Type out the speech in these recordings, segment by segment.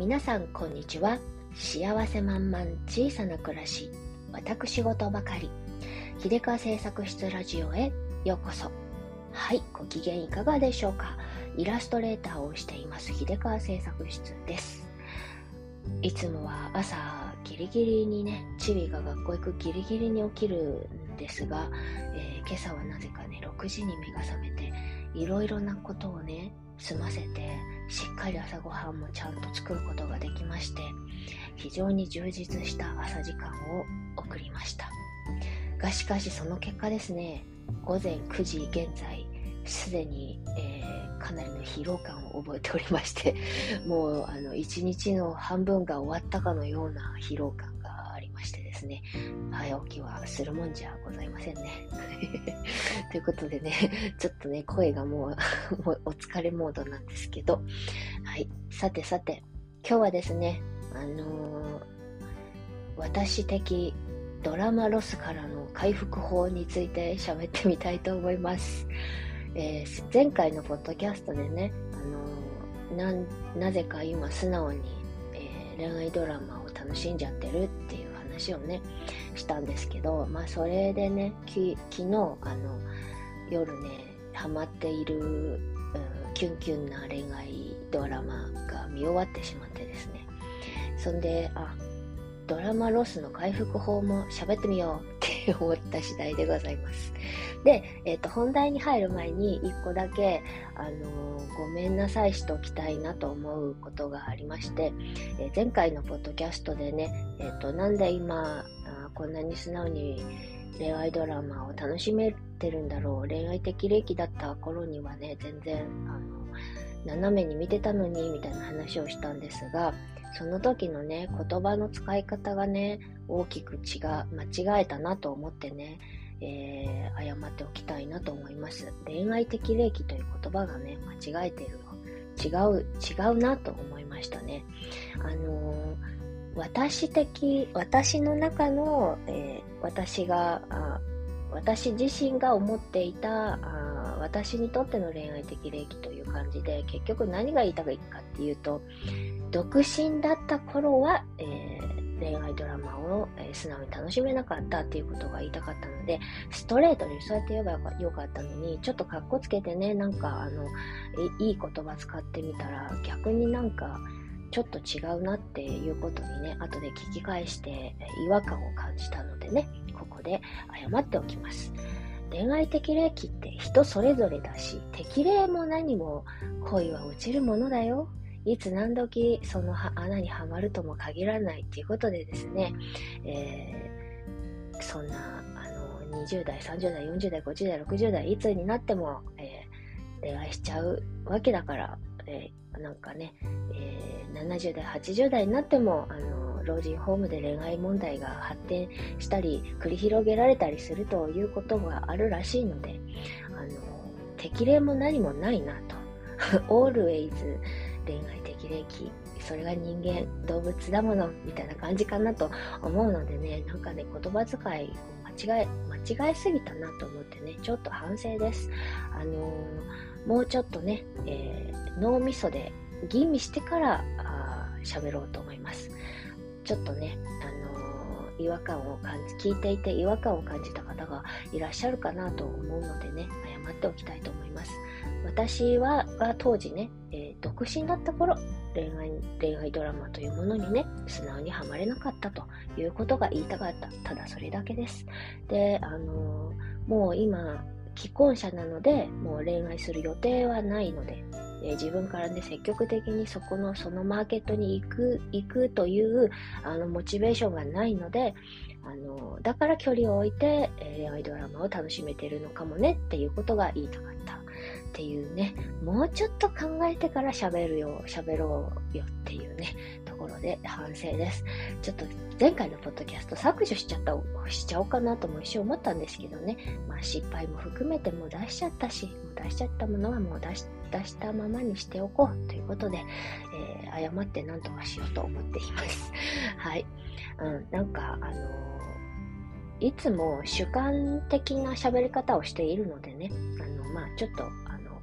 皆さんこんにちは。幸せ満々小さな暮らし、私事ばかり、秀川製作室ラジオへようこそ。はい、ご機嫌いかがでしょうか。イラストレーターをしています秀川製作室です。いつもは朝ギリギリにね、チビが学校行くギリギリに起きるんですが、今朝はなぜかね6時に目が覚めて、いろいろなことをね済ませて、しっかり朝ごはんもちゃんと作ることができまして、非常に充実した朝時間を送りました。がしかしその結果ですね、午前9時現在すでに、かなりの疲労感を覚えておりまして、もう一日の半分が終わったかのような疲労感がありましてですね、早起きはするもんじゃございませんねということでね、ちょっとね声がもうお疲れモードなんですけど、はい、さて今日はですね、私的ドラマロスからの回復法について喋ってみたいと思います。前回のポッドキャストでね、なぜか今素直に、恋愛ドラマを楽しんじゃってるっていう話をねしたんですけど、それでね昨日夜ねハマっている、キュンキュンな恋愛ドラマが見終わってしまってですね、そんでドラマロスの回復法も喋ってみようって思った次第でございます。で、本題に入る前に一個だけ、ごめんなさいしておきたいなと思うことがありまして、前回のポッドキャストでね、なんで今こんなに素直に恋愛ドラマを楽しめてるんだろう、恋愛的齢期だった頃にはね全然斜めに見てたのにみたいな話をしたんですが、その時のね言葉の使い方がね大きく間違えたなと思ってね、謝っておきたいなと思います。恋愛的齢期という言葉がね間違えてるの違うなと思いましたね。私の中の、私自身が思っていた私にとっての恋愛的齢期という感じで、結局何が言いたいかっていうと、独身だった頃は、恋愛ドラマを、素直に楽しめなかったっていうことが言いたかったので、ストレートにそうやって言えばよかったのに、ちょっとカッコつけてね、なんかいい言葉使ってみたら逆になんかちょっと違うなっていうことにね後で聞き返して違和感を感じたのでね、ここで謝っておきます。恋愛適齢期って人それぞれだし、適齢も何も恋は落ちるものだよ、いつ何時その穴にはまるとも限らないっていうことでですね、そんな20代30代40代50代60代いつになっても、恋愛しちゃうわけだから、なんかね、70代80代になっても老人ホームで恋愛問題が発展したり繰り広げられたりするということがあるらしいので、適齢も何もないなとalways 恋愛適齢期、それが人間動物だものみたいな感じかなと思うのでね、なんかね言葉遣いを間違えすぎたなと思ってね、ちょっと反省です。もうちょっとね、脳みそで吟味してから喋ろうと思います。ちょっとね、聞いていて違和感を感じた方がいらっしゃるかなと思うのでね、謝っておきたいと思います。私が当時ね、独身だった頃、恋愛ドラマというものにね素直にはまれなかったということが言いたかった、ただそれだけです。で、もう今既婚者なのでもう恋愛する予定はないので、自分からね積極的にそのマーケットに行くというモチベーションがないので、だから距離を置いて、恋愛ドラマを楽しめてるのかもねっていうことが言いたかったっていうね、もうちょっと考えてから喋ろうよっていうねところで反省です。ちょっと前回のポッドキャスト削除しちゃおうかなとも一瞬思ったんですけどね、失敗も含めてもう出しちゃったし、もう出しちゃったものはもう出したままにしておこうということで、謝って何とかしようと思っていますはい、なんかいつも主観的な喋り方をしているのでね、ちょっと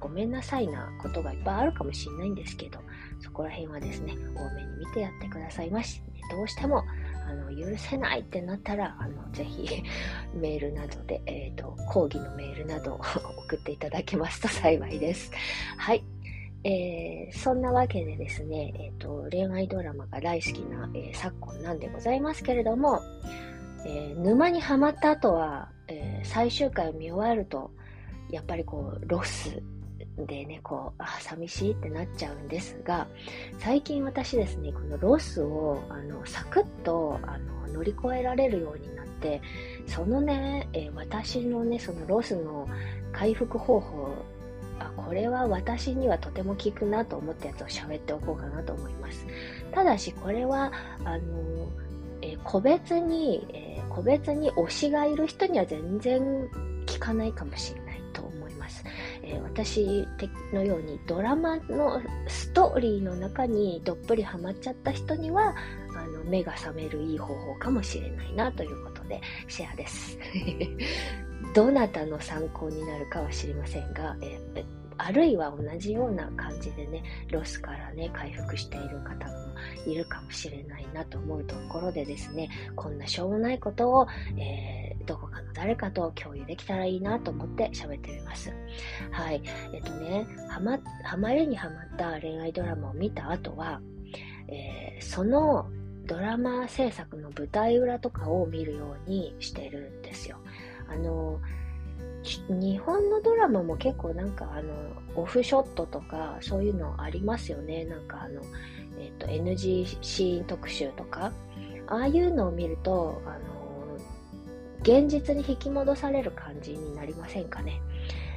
ごめんなさいなことがいっぱいあるかもしれないんですけど、そこら辺はですね、多めに見てやってくださいまし。どうしても許せないってなったらぜひメールなどで、抗議のメールなどを送っていただけますと幸いです。はい。そんなわけでですね、恋愛ドラマが大好きな、昨今なんでございますけれども、沼にはまった後は、最終回を見終わるとやっぱりこうロスでね、こう寂しいってなっちゃうんですが、最近私ですね、このロスをサクッと乗り越えられるようになって、そのね、私のね、そのロスの回復方法、これは私にはとても効くなと思ったやつを喋っておこうかなと思います。ただしこれは個別に推しがいる人には全然効かないかもしれないと思います。私のようにドラマのストーリーの中にどっぷりハマっちゃった人には目が覚めるいい方法かもしれないなということでシェアです。どなたの参考になるかは知りませんが、あるいは同じような感じでね、ロスからね回復している方もいるかもしれないなと思うところでですね、こんなしょうもないことを、どこかの誰かと共有できたらいいなと思って喋ってみます。はい。ハマりにハマった恋愛ドラマを見た後は、そのドラマ制作の舞台裏とかを見るようにしてるんですよ。日本のドラマも結構なんかオフショットとかそういうのありますよね。なんかNG シーン特集とか、ああいうのを見ると現実に引き戻される感じになりませんかね。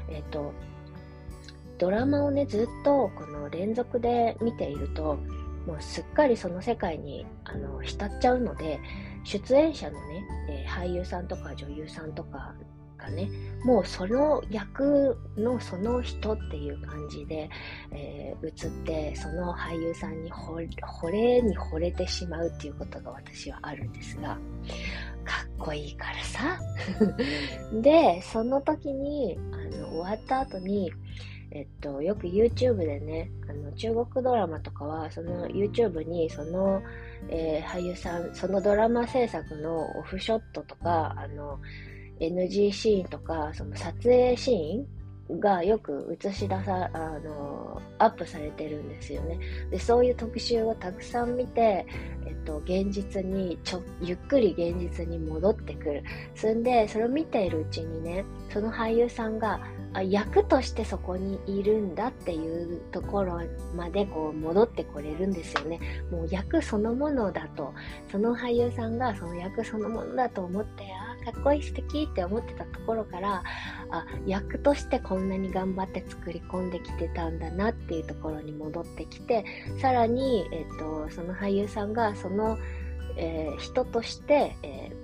ドラマをねずっとこの連続で見ていると、もうすっかりその世界に浸っちゃうので、出演者のね、俳優さんとか女優さんとかがね、もうその役のその人っていう感じで、映ってその俳優さんに惚れてしまうっていうことが私はあるんですが、かっこいいからさでその時に終わった後によく YouTube でね、中国ドラマとかはその YouTube にその、俳優さん、そのドラマ制作のオフショットとかNG シーンとかその撮影シーンがよく映し出さアップされてるんですよね。でそういう特集をたくさん見て、現実にゆっくり現実に戻ってくる。それを見ているうちにね、その俳優さんが役としてそこにいるんだっていうところまでこう戻ってこれるんですよね。もう役そのものだと、その俳優さんがその役そのものだと思って、かっこいい素敵って思ってたところから、役としてこんなに頑張って作り込んできてたんだなっていうところに戻ってきて、さらに、その俳優さんがその、人として、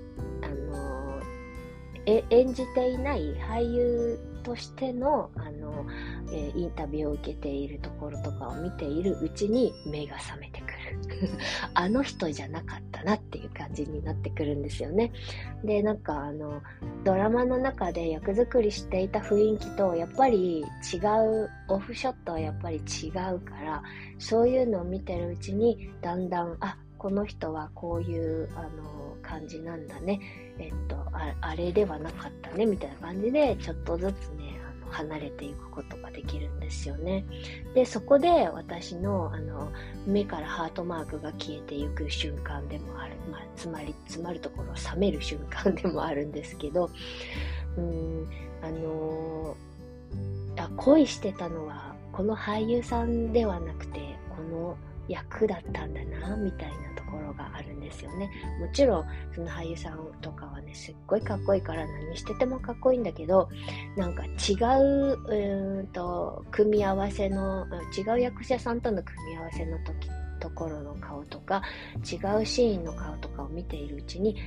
演じていない俳優としてのインタビューを受けているところとかを見ているうちに目が覚めてくるあの人じゃなかったなっていう感じになってくるんですよね。でなんかドラマの中で役作りしていた雰囲気とやっぱり違う、オフショットはやっぱり違うから、そういうのを見てるうちにだんだんこの人はこういう感じなんだね、あれではなかったねみたいな感じでちょっとずつね離れていくことができるんですよね。でそこで私の目からハートマークが消えていく瞬間でもある、つまるところ冷める瞬間でもあるんですけど、恋してたのはこの俳優さんではなくてこの役だったんだなみたいなところがあるんですよね。もちろんその俳優さんとかはねすっごいかっこいいから何しててもかっこいいんだけど、なんか違う組み合わせの違う役者さんとの組み合わせのところの顔とか違うシーンの顔とかを見ているうちに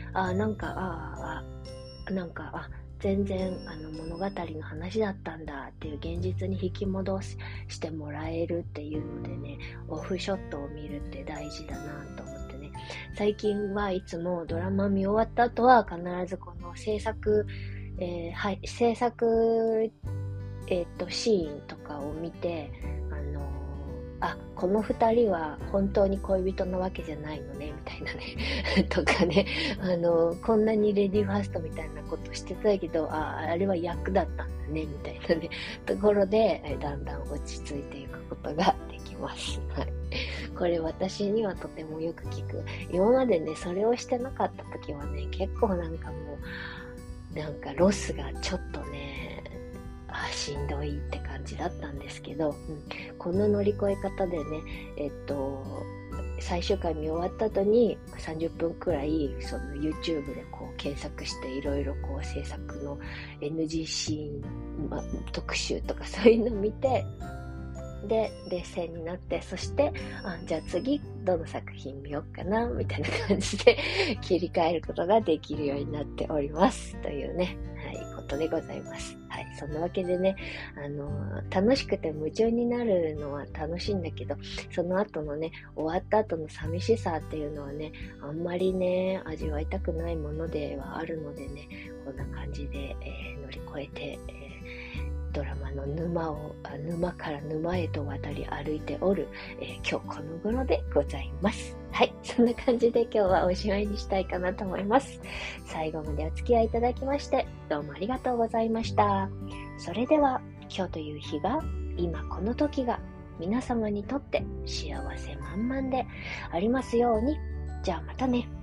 全然物語の話だったんだっていう現実に引き戻してもらえるっていうのでね、オフショットを見るって大事だなと思ってね、最近はいつもドラマ見終わった後は必ずこの制作シーンとかを見て、この二人は本当に恋人なわけじゃないのね、みたいなね。とかね、こんなにレディーファーストみたいなことしてたけど、あれは役だったんだね、みたいなね、ところで、だんだん落ち着いていくことができます。はい。これ私にはとてもよく聞く。今までね、それをしてなかった時はね、結構なんかロスがちょっとね、しんどいって感じだったんですけど、この乗り越え方でね、最終回見終わった後に30分くらいその YouTube でこう検索していろいろこう制作の NG シーン、特集とかそういうのを見て、で冷静になって、そしてじゃあ次どの作品見ようかなみたいな感じで切り替えることができるようになっておりますというね、ことでございます。はい、そんなわけでね、楽しくて夢中になるのは楽しいんだけど、その後のね、終わった後の寂しさっていうのはね、あんまりね、味わいたくないものではあるのでね、こんな感じで、乗り越えて、ドラマの沼から沼へと渡り歩いておる、今日この頃でございます。はい、そんな感じで今日はおしまいにしたいかなと思います。最後までお付き合いいただきましてどうもありがとうございました。それでは今日という日が、今この時が皆様にとって幸せ満々でありますように。じゃあまたね。